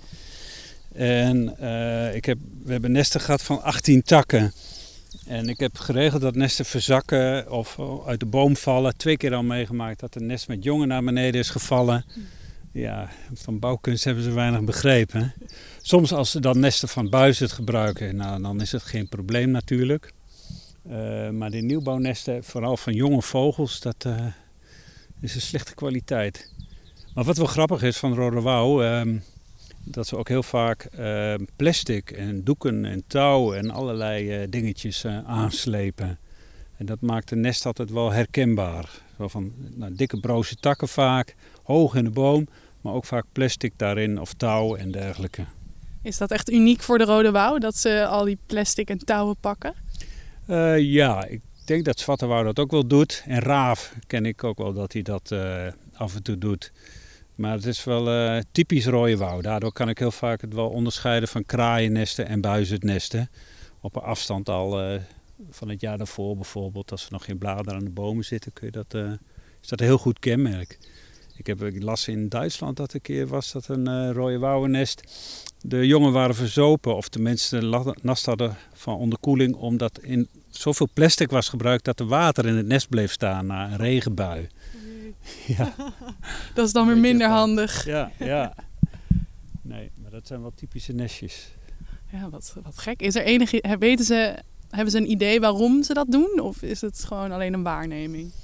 En uh, ik heb, we hebben nesten gehad van achttien takken. En ik heb geregeld dat nesten verzakken of uit de boom vallen. Twee keer al meegemaakt dat een nest met jongen naar beneden is gevallen. Ja, van bouwkunst hebben ze weinig begrepen. Soms als ze dan nesten van buizerd gebruiken, nou, dan is het geen probleem natuurlijk. Uh, maar die nieuwbouwnesten, vooral van jonge vogels, dat uh, is een slechte kwaliteit. Maar wat wel grappig is van Rode Wouw, uh, dat ze ook heel vaak uh, plastic en doeken en touw en allerlei uh, dingetjes uh, aanslepen. En dat maakt de nest altijd wel herkenbaar. Zo van nou, dikke broze takken vaak, hoog in de boom, maar ook vaak plastic daarin of touw en dergelijke. Is dat echt uniek voor de Rode Wouw, dat ze al die plastic en touwen pakken? Uh, ja, ik denk dat Zwarte Wouw dat ook wel doet. En Raaf ken ik ook wel dat hij dat uh, af en toe doet. Maar het is wel uh, typisch Rode Wouw. Daardoor kan ik heel vaak het wel onderscheiden van kraaiennesten en buizerdnesten. Op een afstand al uh, van het jaar daarvoor bijvoorbeeld. Als er nog geen bladeren aan de bomen zitten, kun je dat, uh, is dat een heel goed kenmerk. Ik, heb, ik las in Duitsland dat een keer was dat een uh, Rode Wouwennest. De jongen waren verzopen of tenminste last hadden van onderkoeling. Omdat in zoveel plastic was gebruikt dat er water in het nest bleef staan na een regenbui. Ja. Dat is dan weer minder handig. Ja, ja. Nee, maar dat zijn wel typische nestjes. Ja, wat, wat gek. Is er enige, weten ze, hebben ze een idee waarom ze dat doen? Of is het gewoon alleen een waarneming?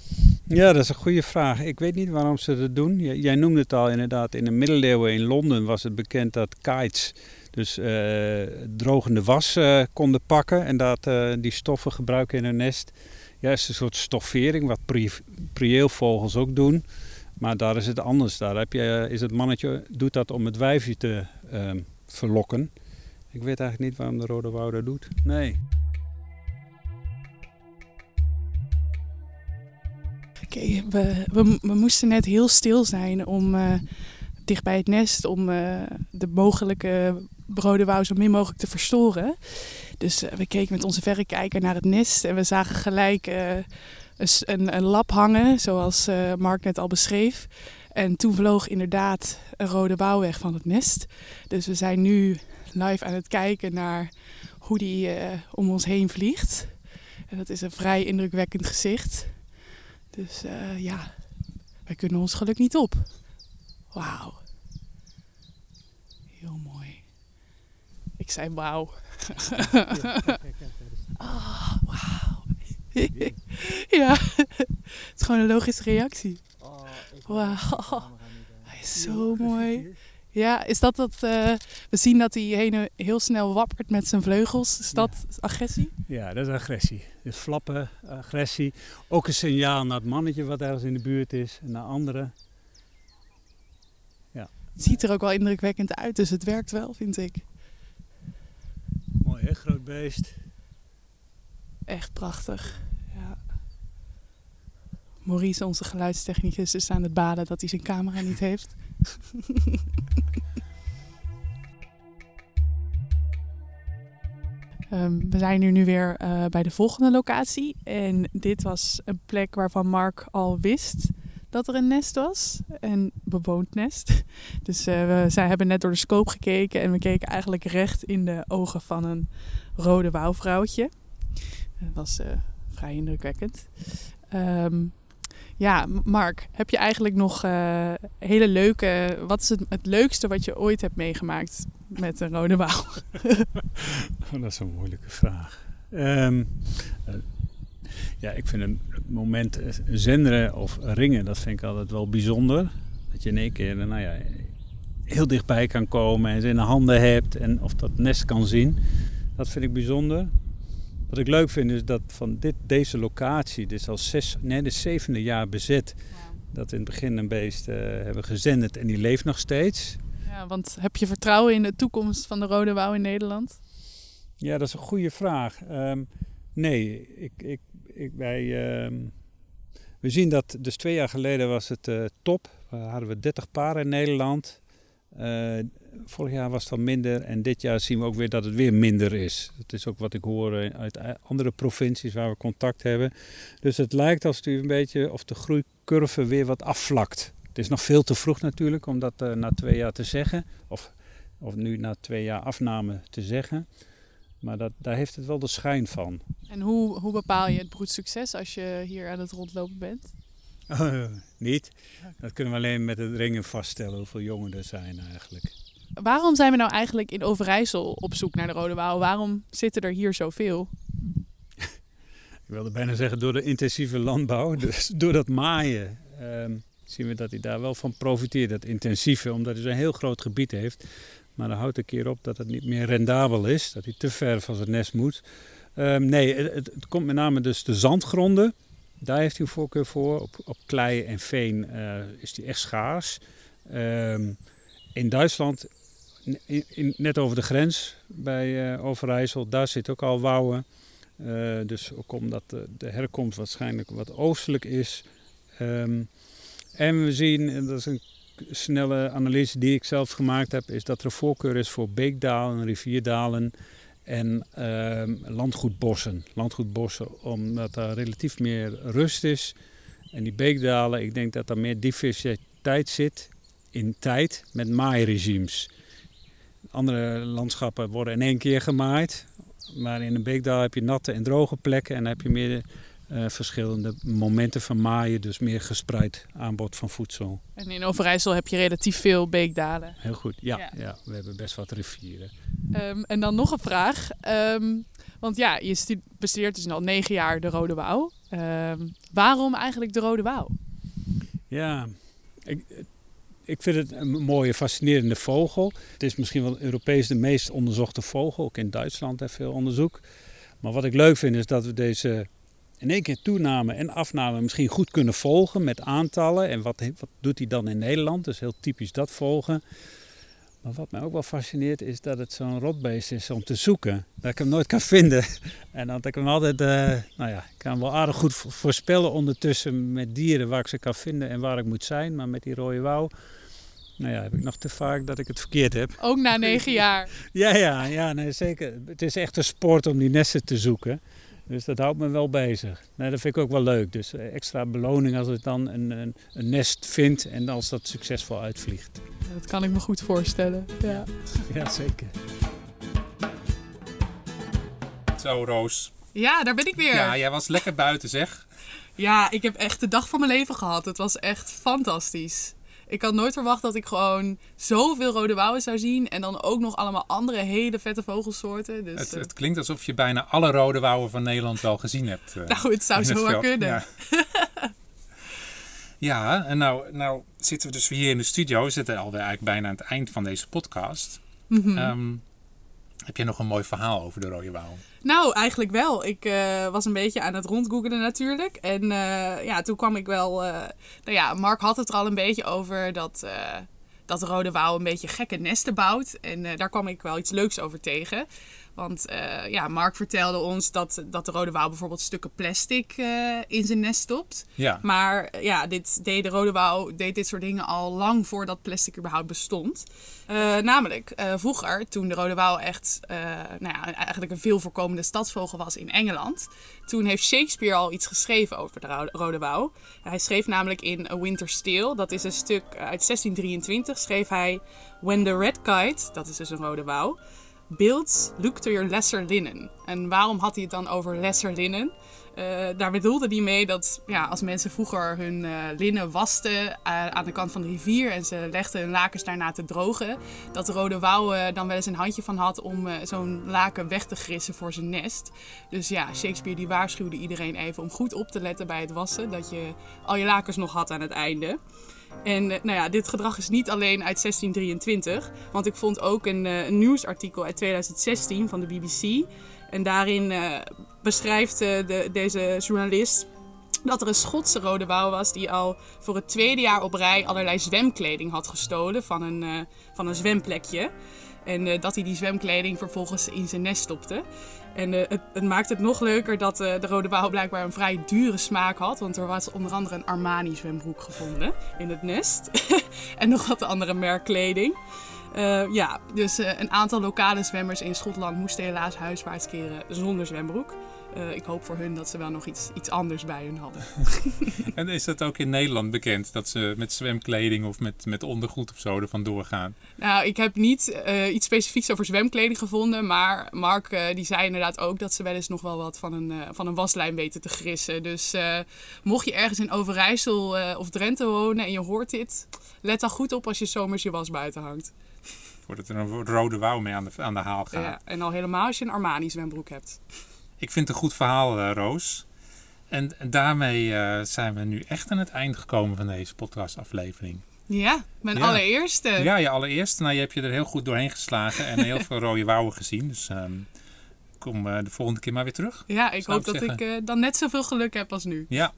Ja, dat is een goede vraag. Ik weet niet waarom ze dat doen. J- jij noemde het al inderdaad. In de middeleeuwen in Londen was het bekend dat kites dus uh, drogende was uh, konden pakken. En dat uh, die stoffen gebruiken in hun nest. Ja, is een soort stoffering wat pri- prieelvogels ook doen. Maar daar is het anders. Daar heb je, is het mannetje doet dat om het wijfje te uh, verlokken. Ik weet eigenlijk niet waarom de rode wouw dat doet. Nee. Oké, okay, we, we, we moesten net heel stil zijn om uh, dicht bij het nest om uh, de mogelijke rode wouw zo min mogelijk te verstoren. Dus uh, we keken met onze verrekijker naar het nest en we zagen gelijk uh, een, een lap hangen, zoals uh, Mark net al beschreef. En toen vloog inderdaad een rode wouw weg van het nest. Dus we zijn nu live aan het kijken naar hoe die uh, om ons heen vliegt. En dat is een vrij indrukwekkend gezicht. Dus uh, ja, wij kunnen ons geluk niet op. Wauw. Heel mooi. Ik zei wauw. Oh, wauw. Ja, het is gewoon een logische reactie. Wauw. Hij is zo mooi. Ja, is dat dat... Uh, we zien dat hij heen, heel snel wappert met zijn vleugels. Is dat ja. agressie? Ja, dat is agressie. Dus flappen, agressie. Ook een signaal naar het mannetje wat ergens in de buurt is. En naar anderen. Ja. Het ziet er ook wel indrukwekkend uit, dus het werkt wel, vind ik. Mooi hè, groot beest. Echt prachtig. Ja. Maurice, onze geluidstechnicus, is aan het balen dat hij zijn camera niet heeft. um, we zijn hier nu weer uh, bij de volgende locatie. En dit was een plek waarvan Mark al wist dat er een nest was. Een bewoond nest. Dus uh, we zij hebben net door de scope gekeken. En we keken eigenlijk recht in de ogen van een rode wouwvrouwtje. Dat was uh, vrij indrukwekkend. Um, Ja, Mark, heb je eigenlijk nog uh, hele leuke... Wat is het, het leukste wat je ooit hebt meegemaakt met een rode wouw? Oh, dat is een moeilijke vraag. Um, uh, ja, ik vind een moment uh, zenderen of ringen, dat vind ik altijd wel bijzonder. Dat je in één keer nou ja, heel dichtbij kan komen en ze in de handen hebt en of dat nest kan zien. Dat vind ik bijzonder. Wat ik leuk vind is dat van dit, deze locatie, dit is al zes, nee, de zevende jaar bezet, wow. Dat in het begin een beest uh, hebben gezenderd en die leeft nog steeds. Ja, want heb je vertrouwen in de toekomst van de rode wouw in Nederland? Ja, dat is een goede vraag. Um, nee, ik, ik, ik, wij, um, we zien dat, dus twee jaar geleden was het uh, top. We hadden we dertig paren in Nederland. Uh, vorig jaar was het al minder en dit jaar zien we ook weer dat het weer minder is. Dat is ook wat ik hoor uit andere provincies waar we contact hebben. Dus het lijkt alsof een beetje of de groeicurve weer wat afvlakt. Het is nog veel te vroeg natuurlijk om dat uh, na twee jaar te zeggen. Of, of nu na twee jaar afname te zeggen. Maar dat, daar heeft het wel de schijn van. En hoe, hoe bepaal je het broedsucces als je hier aan het rondlopen bent? Uh, niet. Dat kunnen we alleen met het ringen vaststellen hoeveel jongen er zijn eigenlijk. Waarom zijn we nou eigenlijk in Overijssel op zoek naar de rode wouw? Waarom zitten er hier zoveel? Ik wilde bijna zeggen door de intensieve landbouw. Dus door dat maaien um, zien we dat hij daar wel van profiteert. Dat intensieve, omdat hij zo'n heel groot gebied heeft. Maar dan houdt een keer op dat het niet meer rendabel is. Dat hij te ver van zijn nest moet. Um, nee, het, het komt met name dus de zandgronden. Daar heeft hij een voorkeur voor. Op, op klei en veen uh, is hij echt schaars. Um, in Duitsland, in, in, net over de grens bij uh, Overijssel, daar zit ook al wouwen. Uh, dus ook omdat de, de herkomst waarschijnlijk wat oostelijk is. Um, en we zien, dat is een snelle analyse die ik zelf gemaakt heb, is dat er een voorkeur is voor beekdalen, rivierdalen en uh, landgoedbossen. Landgoedbossen, omdat daar relatief meer rust is. En die beekdalen, ik denk dat daar meer diversiteit zit in tijd met maairegimes. Andere landschappen worden in één keer gemaaid. Maar in een beekdal heb je natte en droge plekken en dan heb je meer uh, verschillende momenten van maaien. Dus meer gespreid aanbod van voedsel. En in Overijssel heb je relatief veel beekdalen. Heel goed, ja. ja. ja we hebben best wat rivieren. Um, en dan nog een vraag. Um, Want ja, je stu- bestudeert dus al negen jaar de rode wouw. Uh, waarom eigenlijk de rode wouw? Ja, ik, ik vind het een mooie, fascinerende vogel. Het is misschien wel Europees de meest onderzochte vogel. Ook in Duitsland heeft veel onderzoek. Maar wat ik leuk vind is dat we deze in één keer toename en afname misschien goed kunnen volgen met aantallen. En wat, wat doet hij dan in Nederland? Dus heel typisch dat volgen. Maar wat mij ook wel fascineert is dat het zo'n rotbeest is om te zoeken. Dat ik hem nooit kan vinden. En dat ik hem altijd, uh, nou ja, ik kan hem wel aardig goed voorspellen ondertussen met dieren waar ik ze kan vinden en waar ik moet zijn. Maar met die rode wouw, nou ja, heb ik nog te vaak dat ik het verkeerd heb. Ook na negen jaar. Ja, ja, ja, nee, zeker. Het is echt een sport om die nesten te zoeken. Dus dat houdt me wel bezig. Nee, dat vind ik ook wel leuk. Dus extra beloning als ik dan een, een, een nest vind en als dat succesvol uitvliegt. Dat kan ik me goed voorstellen. Ja, ja zeker. Zo, Roos. Ja, daar ben ik weer. Ja, jij was lekker buiten, zeg. Ja, ik heb echt de dag van mijn leven gehad. Het was echt fantastisch. Ik had nooit verwacht dat ik gewoon zoveel rode wouwen zou zien. En dan ook nog allemaal andere hele vette vogelsoorten. Dus, Het, uh... het klinkt alsof je bijna alle rode wouwen van Nederland wel gezien hebt. Uh, nou, het zou zo maar kunnen. Ja. Ja, en nou, nou zitten we dus weer hier in de studio. We zitten alweer eigenlijk bijna aan het eind van deze podcast. Mm-hmm. Um, heb jij nog een mooi verhaal over de rode wouw? Nou, eigenlijk wel. Ik uh, was een beetje aan het rondgoogelen natuurlijk. En uh, ja, toen kwam ik wel... Uh, nou ja, Mark had het er al een beetje over dat, uh, dat de rode wouw een beetje gekke nesten bouwt. En uh, daar kwam ik wel iets leuks over tegen. Want uh, ja, Mark vertelde ons dat, dat de rode wouw bijvoorbeeld stukken plastic uh, in zijn nest stopt. Ja. Maar uh, ja, dit deed de rode wouw deed dit soort dingen al lang voordat plastic überhaupt bestond. Uh, namelijk, uh, vroeger, toen de rode wouw echt uh, nou ja, eigenlijk een veel voorkomende stadsvogel was in Engeland. Toen heeft Shakespeare al iets geschreven over de rode wouw. Hij schreef namelijk in A Winter's Tale, dat is een stuk uit zestien drieëntwintig, schreef hij: When the red kite, dat is dus een rode wouw, builds, look to your lesser linen. En waarom had hij het dan over lesser linen? Uh, daar bedoelde hij mee dat ja, als mensen vroeger hun uh, linnen wasten uh, aan de kant van de rivier en ze legden hun lakens daarna te drogen, dat de rode wouw uh, dan wel eens een handje van had om uh, zo'n laken weg te grissen voor zijn nest. Dus ja, Shakespeare die waarschuwde iedereen even om goed op te letten bij het wassen, dat je al je lakens nog had aan het einde. En nou ja, dit gedrag is niet alleen uit zestien drieëntwintig, want ik vond ook een, uh, een nieuwsartikel uit tweeduizend zestien van de B B C. En daarin uh, beschrijft uh, de, deze journalist dat er een Schotse rode wouw was die al voor het tweede jaar op rij allerlei zwemkleding had gestolen van een, uh, van een zwemplekje. En uh, dat hij die zwemkleding vervolgens in zijn nest stopte. En uh, het, het maakt het nog leuker dat uh, de rode wouw blijkbaar een vrij dure smaak had. Want er was onder andere een Armani zwembroek gevonden in het nest. En nog wat andere merkkleding. Uh, ja, dus uh, een aantal lokale zwemmers in Schotland moesten helaas huiswaarts keren zonder zwembroek. Uh, ik hoop voor hun dat ze wel nog iets, iets anders bij hun hadden. En is dat ook in Nederland bekend? Dat ze met zwemkleding of met, met ondergoed of zo er vandoor gaan? Nou, ik heb niet uh, iets specifieks over zwemkleding gevonden. Maar Mark uh, die zei inderdaad ook dat ze wel eens nog wel wat van een, uh, van een waslijn weten te grissen. Dus uh, mocht je ergens in Overijssel uh, of Drenthe wonen en je hoort dit, let dan goed op als je zomers je was buiten hangt. Voordat er een rode wouw mee aan de, aan de haal gaat. Ja, en al helemaal als je een Armani zwembroek hebt. Ik vind het een goed verhaal, uh, Roos. En, en daarmee uh, zijn we nu echt aan het eind gekomen van deze podcastaflevering. Ja, mijn ja. allereerste. Ja, je allereerste. Nou, je hebt je er heel goed doorheen geslagen en heel veel rode wouwen gezien. Dus um, kom uh, de volgende keer maar weer terug. Ja, ik hoop ik dat ik uh, dan net zoveel geluk heb als nu. Ja.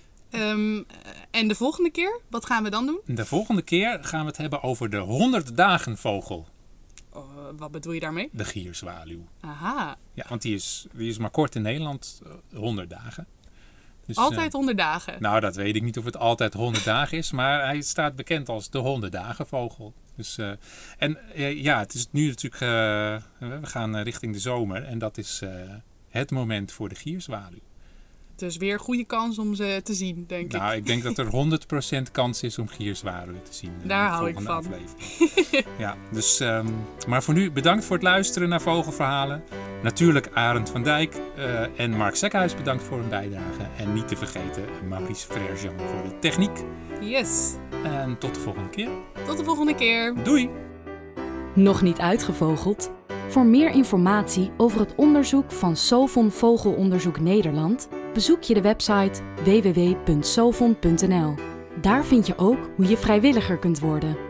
Um, en de volgende keer, wat gaan we dan doen? De volgende keer gaan we het hebben over de honderd dagen vogel. Uh, wat bedoel je daarmee? De gierzwaluw. Aha. Ja, want die is, die is maar kort in Nederland, uh, honderd dagen. Dus, altijd uh, honderd dagen? Nou, dat weet ik niet of het altijd honderd dagen is, maar hij staat bekend als de honderd dagen vogel. Dus, uh, en uh, ja, het is nu natuurlijk, uh, we gaan uh, richting de zomer en dat is uh, het moment voor de gierzwaluw. Dus weer goede kans om ze te zien, denk nou, ik. Nou, ik denk dat er honderd procent kans is om gierzwaluw te zien. Daar hou ik van. Ja, dus, um, maar voor nu bedankt voor het luisteren naar Vogelverhalen. Natuurlijk Arend van Dijk uh, en Mark Sekhuis bedankt voor hun bijdrage. En niet te vergeten Maurice Frère-Jean voor de techniek. Yes. En tot de volgende keer. Tot de volgende keer. Doei. Nog niet uitgevogeld? Voor meer informatie over het onderzoek van Sovon Vogelonderzoek Nederland bezoek je de website w w w punt sovon punt n l. Daar vind je ook hoe je vrijwilliger kunt worden.